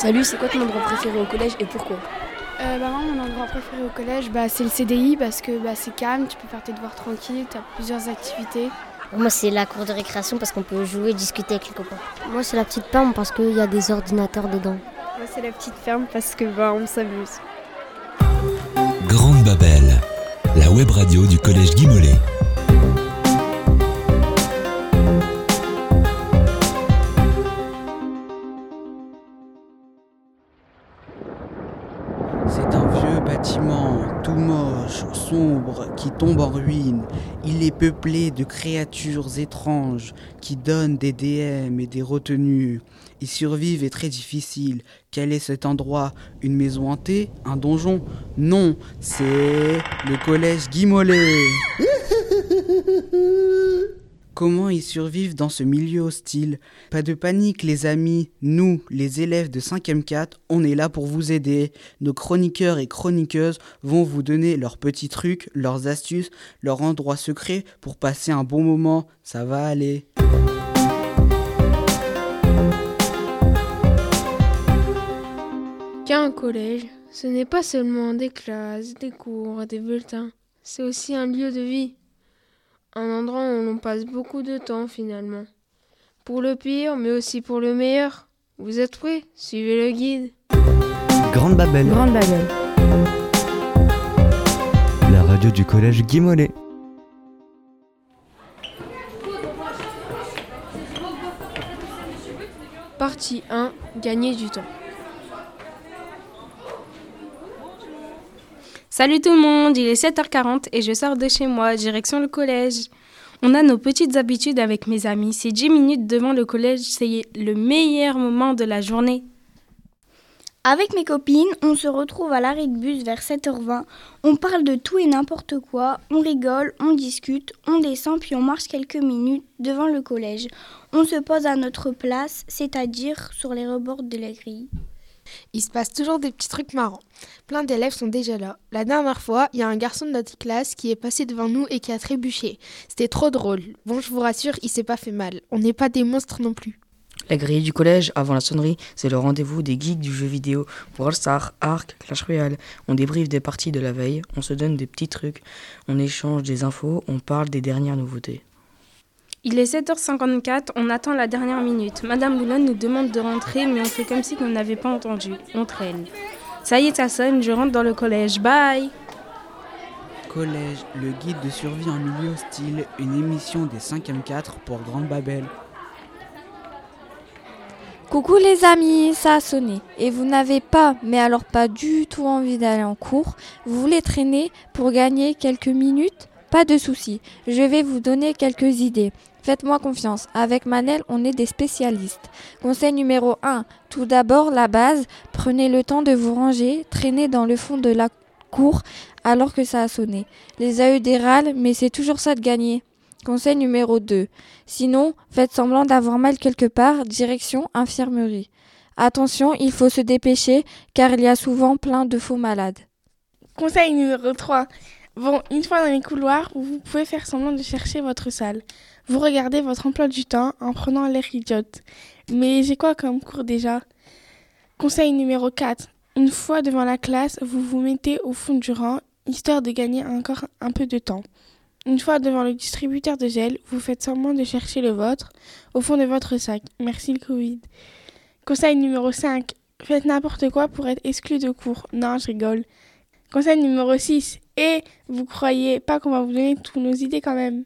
Salut, c'est quoi ton endroit préféré au collège et pourquoi? Moi, mon endroit préféré au collège, c'est le CDI parce que c'est calme, tu peux faire tes devoirs tranquille, tu as plusieurs activités. Moi, c'est la cour de récréation parce qu'on peut jouer et discuter avec les copains. Moi, c'est la petite ferme parce qu'il y a des ordinateurs dedans. Moi, c'est la petite ferme parce que on s'amuse. Grande Babel, la web radio du collège Guy Mollet. C'est un vieux bâtiment, tout moche, sombre, qui tombe en ruine. Il est peuplé de créatures étranges qui donnent des DM et des retenues. Y survivre est très difficile. Quel est cet endroit? Une maison hantée? Un donjon? Non, c'est le collège Guy Mollet. Comment y survivre dans ce milieu hostile? Pas de panique les amis, nous, les élèves de 5e 4, on est là pour vous aider. Nos chroniqueurs et chroniqueuses vont vous donner leurs petits trucs, leurs astuces, leurs endroits secrets pour passer un bon moment. Ça va aller. Qu'un collège, ce n'est pas seulement des classes, des cours, des bulletins, c'est aussi un lieu de vie. Un endroit où l'on passe beaucoup de temps finalement. Pour le pire, mais aussi pour le meilleur. Vous êtes prêts? Suivez le guide. Grande Babel. Grande Babel. La radio du collège Guy Mollet. Partie 1. Gagner du temps. Salut tout le monde, il est 7h40 et je sors de chez moi, direction le collège. On a nos petites habitudes avec mes amis. Ces 10 minutes devant le collège, c'est le meilleur moment de la journée. Avec mes copines, on se retrouve à l'arrêt de bus vers 7h20. On parle de tout et n'importe quoi, on rigole, on discute, on descend puis on marche quelques minutes devant le collège. On se pose à notre place, c'est-à-dire sur les rebords de la grille. Il se passe toujours des petits trucs marrants. Plein d'élèves sont déjà là. La dernière fois, il y a un garçon de notre classe qui est passé devant nous et qui a trébuché. C'était trop drôle. Bon, je vous rassure, il s'est pas fait mal. On n'est pas des monstres non plus. La grille du collège, avant la sonnerie, c'est le rendez-vous des geeks du jeu vidéo. Brawl Stars, Ark, Clash Royale. On débriefe des parties de la veille, on se donne des petits trucs, on échange des infos, on parle des dernières nouveautés. Il est 7h54, on attend la dernière minute. Madame Boulonne nous demande de rentrer, mais on fait comme si on n'avait pas entendu. On traîne. Ça y est, ça sonne, je rentre dans le collège. Bye! Collège, le guide de survie en milieu hostile, une émission des 5e 4 pour Grande Babel. Coucou les amis, ça a sonné. Et vous n'avez pas, mais alors pas du tout envie d'aller en cours. Vous voulez traîner pour gagner quelques minutes? Pas de souci, je vais vous donner quelques idées. Faites-moi confiance, avec Manel, on est des spécialistes. Conseil numéro 1, tout d'abord la base, prenez le temps de vous ranger, traînez dans le fond de la cour alors que ça a sonné. Les AED râlent, mais c'est toujours ça de gagner. Conseil numéro 2, sinon, faites semblant d'avoir mal quelque part, direction infirmerie. Attention, il faut se dépêcher car il y a souvent plein de faux malades. Conseil numéro 3, une fois dans les couloirs, vous pouvez faire semblant de chercher votre salle. Vous regardez votre emploi du temps en prenant l'air idiote. Mais j'ai quoi comme cours déjà? Conseil numéro 4. Une fois devant la classe, vous vous mettez au fond du rang, histoire de gagner encore un peu de temps. Une fois devant le distributeur de gel, vous faites semblant de chercher le vôtre au fond de votre sac. Merci le Covid. Conseil numéro 5. Faites n'importe quoi pour être exclu de cours. Non, je rigole. Conseil numéro 6. Et vous croyez pas qu'on va vous donner toutes nos idées quand même?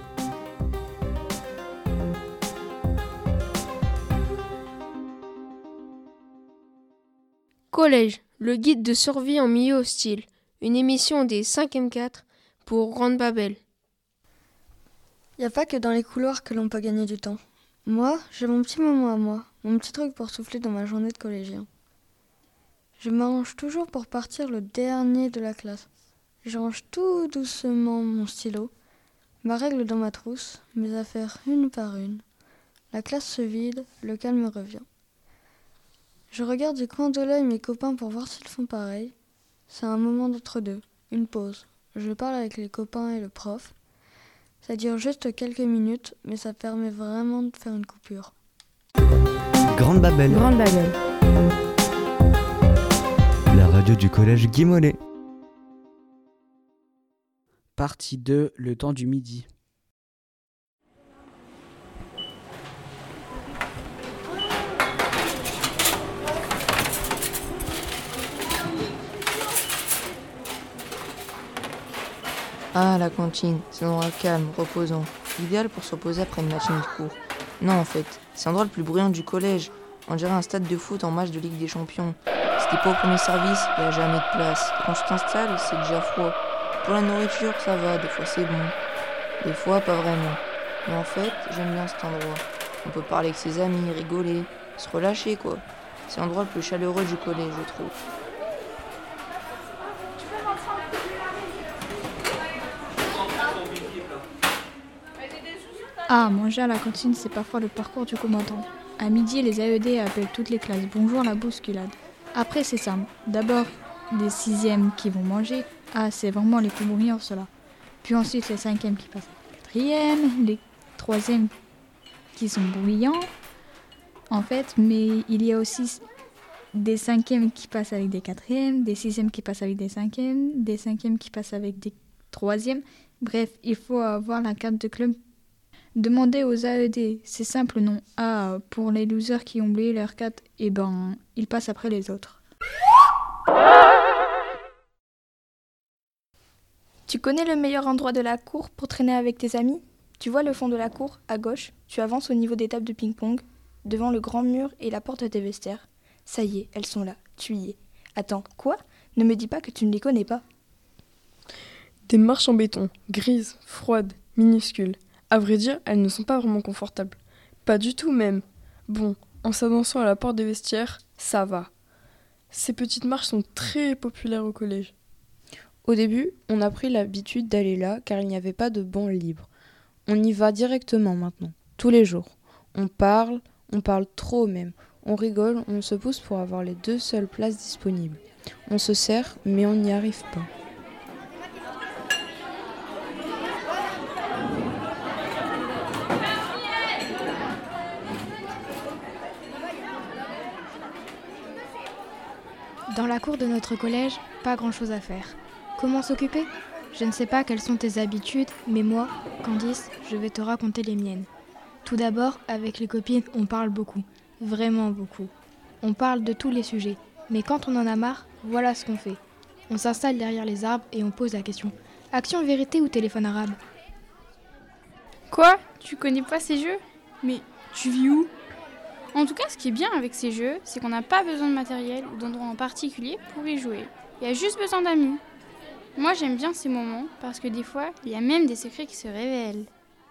Collège, le guide de survie en milieu hostile. Une émission des 5e 4 pour Grande Babel. Il n'y a pas que dans les couloirs que l'on peut gagner du temps. Moi, j'ai mon petit moment à moi, mon petit truc pour souffler dans ma journée de collégien. Je m'arrange toujours pour partir le dernier de la classe. Je range tout doucement mon stylo, ma règle dans ma trousse, mes affaires une par une. La classe se vide, le calme revient. Je regarde du coin de l'œil mes copains pour voir s'ils font pareil. C'est un moment d'entre-deux, une pause. Je parle avec les copains et le prof. Ça dure juste quelques minutes, mais ça permet vraiment de faire une coupure. Grande Babel. Grande Babel. radio du collège Guy Mollet. Partie 2, le temps du midi. Ah, la cantine, c'est un endroit calme, reposant. Idéal pour se reposer après une matinée de cours. Non, en fait, c'est l'endroit le plus bruyant du collège. On dirait un stade de foot en match de Ligue des Champions. Si t'es pas au premier service, il n'y a jamais de place. Et quand tu t'installes, c'est déjà froid. Pour la nourriture, ça va, des fois c'est bon. Des fois, pas vraiment. Mais en fait, j'aime bien cet endroit. On peut parler avec ses amis, rigoler, se relâcher, quoi. C'est l'endroit le plus chaleureux du collège, je trouve. Ah, manger à la cantine, c'est parfois le parcours du combattant. À midi, les AED appellent toutes les classes. Bonjour la bousculade. Après, c'est simple. D'abord, les 6e qui vont manger. Ah, c'est vraiment les plus bruyants, ceux-là. Puis ensuite, les 5e qui passent à la 4e, les 3e qui sont bruyants, en fait. Mais il y a aussi des 5e qui passent avec des 4e, des 6e qui passent avec des 5e, des 5e qui passent avec des 3e. Bref, il faut avoir la carte de club. Demandez aux AED, c'est simple, non? Ah, pour les losers qui ont oublié leur carte, eh ben, ils passent après les autres. Tu connais le meilleur endroit de la cour pour traîner avec tes amis? Tu vois le fond de la cour, à gauche, tu avances au niveau des tables de ping-pong, devant le grand mur et la porte des vestiaires. Ça y est, elles sont là, tu y es. Attends, quoi? Ne me dis pas que tu ne les connais pas. Des marches en béton, grises, froides, minuscules. À vrai dire, elles ne sont pas vraiment confortables. Pas du tout même. Bon, en s'avançant à la porte des vestiaires, ça va. Ces petites marches sont très populaires au collège. Au début, on a pris l'habitude d'aller là car il n'y avait pas de banc libre. On y va directement maintenant, tous les jours. On parle trop même. On rigole, on se pousse pour avoir les 2 seules places disponibles. On se serre, mais on n'y arrive pas. Dans la cour de notre collège, pas grand-chose à faire. Comment s'occuper? Je ne sais pas quelles sont tes habitudes, mais moi, Candice, je vais te raconter les miennes. Tout d'abord, avec les copines, on parle beaucoup. Vraiment beaucoup. On parle de tous les sujets. Mais quand on en a marre, voilà ce qu'on fait. On s'installe derrière les arbres et on pose la question. Action, vérité ou téléphone arabe? Quoi? Tu connais pas ces jeux? Mais tu vis où? En tout cas, ce qui est bien avec ces jeux, c'est qu'on n'a pas besoin de matériel ou d'endroit en particulier pour y jouer. Il y a juste besoin d'amis. Moi, j'aime bien ces moments parce que des fois, il y a même des secrets qui se révèlent.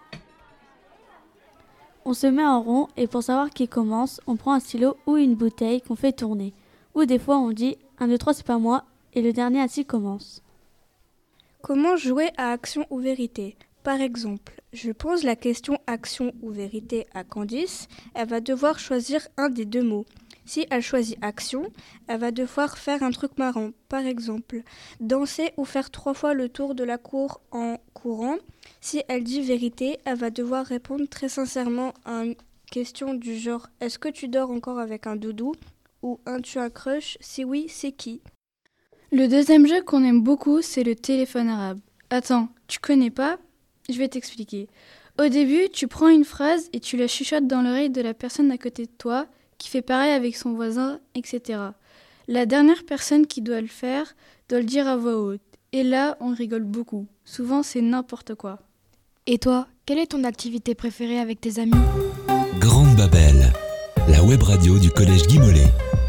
On se met en rond et pour savoir qui commence, on prend un stylo ou une bouteille qu'on fait tourner. Ou des fois, on dit 1, 2, 3, c'est pas moi et le dernier ainsi commence. Comment jouer à action ou vérité? Par exemple, je pose la question action ou vérité à Candice, elle va devoir choisir un des 2 mots. Si elle choisit action, elle va devoir faire un truc marrant. Par exemple, danser ou faire 3 fois le tour de la cour en courant. Si elle dit vérité, elle va devoir répondre très sincèrement à une question du genre « Est-ce que tu dors encore avec un doudou ?» ou « Tu as un crush? Si oui, c'est qui ?» Le deuxième jeu qu'on aime beaucoup, c'est le téléphone arabe. Attends, tu connais pas? Je vais t'expliquer. Au début, tu prends une phrase et tu la chuchotes dans l'oreille de la personne à côté de toi, qui fait pareil avec son voisin, etc. La dernière personne qui doit le faire doit le dire à voix haute. Et là, on rigole beaucoup. Souvent, c'est n'importe quoi. Et toi, quelle est ton activité préférée avec tes amis? Grande Babel, la web radio du collège Guy Mollet.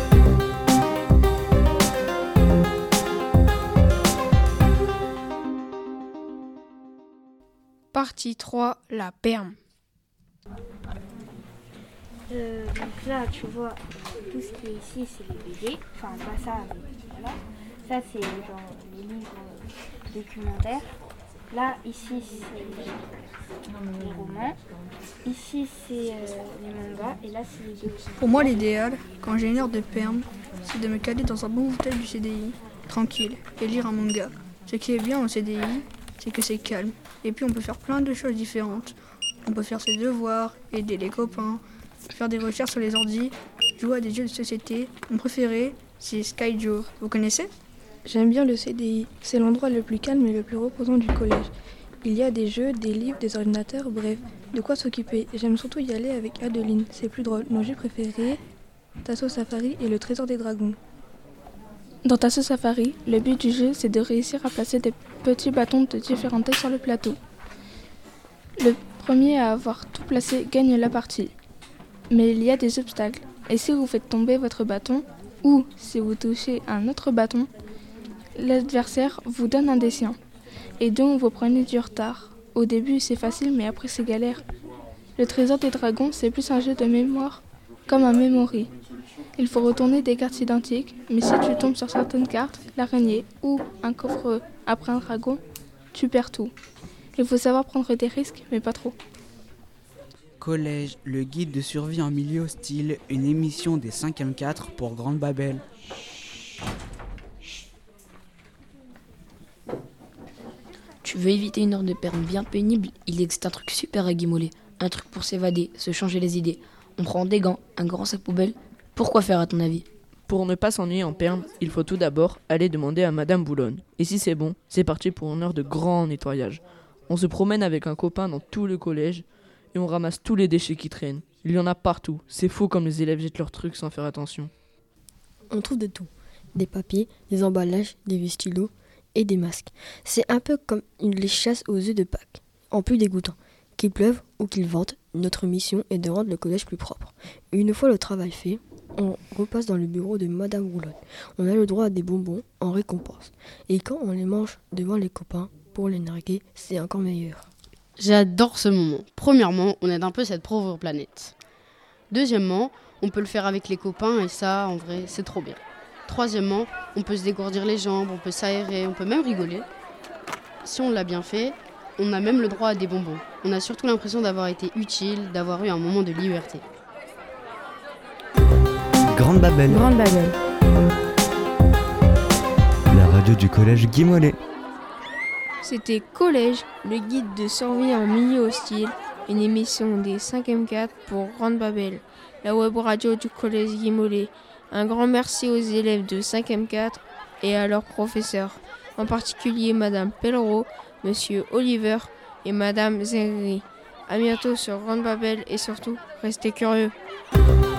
Partie 3, la perme. Donc là, tu vois, tout ce qui est ici, c'est les BD. Enfin, pas ça, mais voilà. Ça, c'est genre les livres documentaires. Là, ici, c'est les romans. Ici, c'est les mangas. Et là, c'est les documentaires. Pour moi, l'idéal, quand j'ai une heure de perme, c'est de me caler dans un bon hôtel du CDI, tranquille, et lire un manga. Ce qui est bien au CDI, c'est que c'est calme. Et puis, on peut faire plein de choses différentes. On peut faire ses devoirs, aider les copains, faire des recherches sur les ordis, jouer à des jeux de société. Mon préféré, c'est Skyjour. Vous connaissez? J'aime bien le CDI. C'est l'endroit le plus calme et le plus reposant du collège. Il y a des jeux, des livres, des ordinateurs, bref, de quoi s'occuper. J'aime surtout y aller avec Adeline. C'est plus drôle. Nos jeux préférés, Tasso Safari et le Trésor des Dragons. Dans Tasso Safari, le but du jeu, c'est de réussir à placer des petits bâtons de différentes tailles sur le plateau. Le premier à avoir tout placé gagne la partie. Mais il y a des obstacles. Et si vous faites tomber votre bâton, ou si vous touchez un autre bâton, l'adversaire vous donne un des siens. Et donc vous prenez du retard. Au début c'est facile mais après c'est galère. Le Trésor des Dragons c'est plus un jeu de mémoire, comme un memory. Il faut retourner des cartes identiques, mais si tu tombes sur certaines cartes, l'araignée ou un coffre après un dragon, tu perds tout. Il faut savoir prendre des risques, mais pas trop. Collège, le guide de survie en milieu hostile, une émission des 5e 4 pour Grande Babel. Tu veux éviter une heure de perme bien pénible? Il existe un truc super à Guimolet. Un truc pour s'évader, se changer les idées. On prend des gants, un grand sac poubelle. Pourquoi faire à ton avis? Pour ne pas s'ennuyer en perme, il faut tout d'abord aller demander à Madame Boulogne. Et si c'est bon, c'est parti pour une heure de grand nettoyage. On se promène avec un copain dans tout le collège et on ramasse tous les déchets qui traînent. Il y en a partout. C'est fou comme les élèves jettent leurs trucs sans faire attention. On trouve de tout. Des papiers, des emballages, des vieux stylos et des masques. C'est un peu comme les chasses aux œufs de Pâques. En plus dégoûtant. Qu'il pleuve ou qu'il vente, notre mission est de rendre le collège plus propre. Et une fois le travail fait, on repasse dans le bureau de Madame Boulogne. On a le droit à des bonbons en récompense. Et quand on les mange devant les copains pour les narguer, c'est encore meilleur. J'adore ce moment. Premièrement, on aide un peu cette pauvre planète. Deuxièmement, on peut le faire avec les copains et ça, en vrai, c'est trop bien. Troisièmement, on peut se dégourdir les jambes, on peut s'aérer, on peut même rigoler. Si on l'a bien fait, on a même le droit à des bonbons. On a surtout l'impression d'avoir été utile, d'avoir eu un moment de liberté. Grande Babel. Grande Babel. La radio du collège Guy Mollet. C'était Collège, le guide de survie en milieu hostile, une émission des 5e 4 pour Grande Babel, la web radio du collège Guy Mollet. Un grand merci aux élèves de 5e 4 et à leurs professeurs, en particulier Madame Pellereau, Monsieur Oliver et Madame Zerri. À bientôt sur Grande Babel et surtout, restez curieux.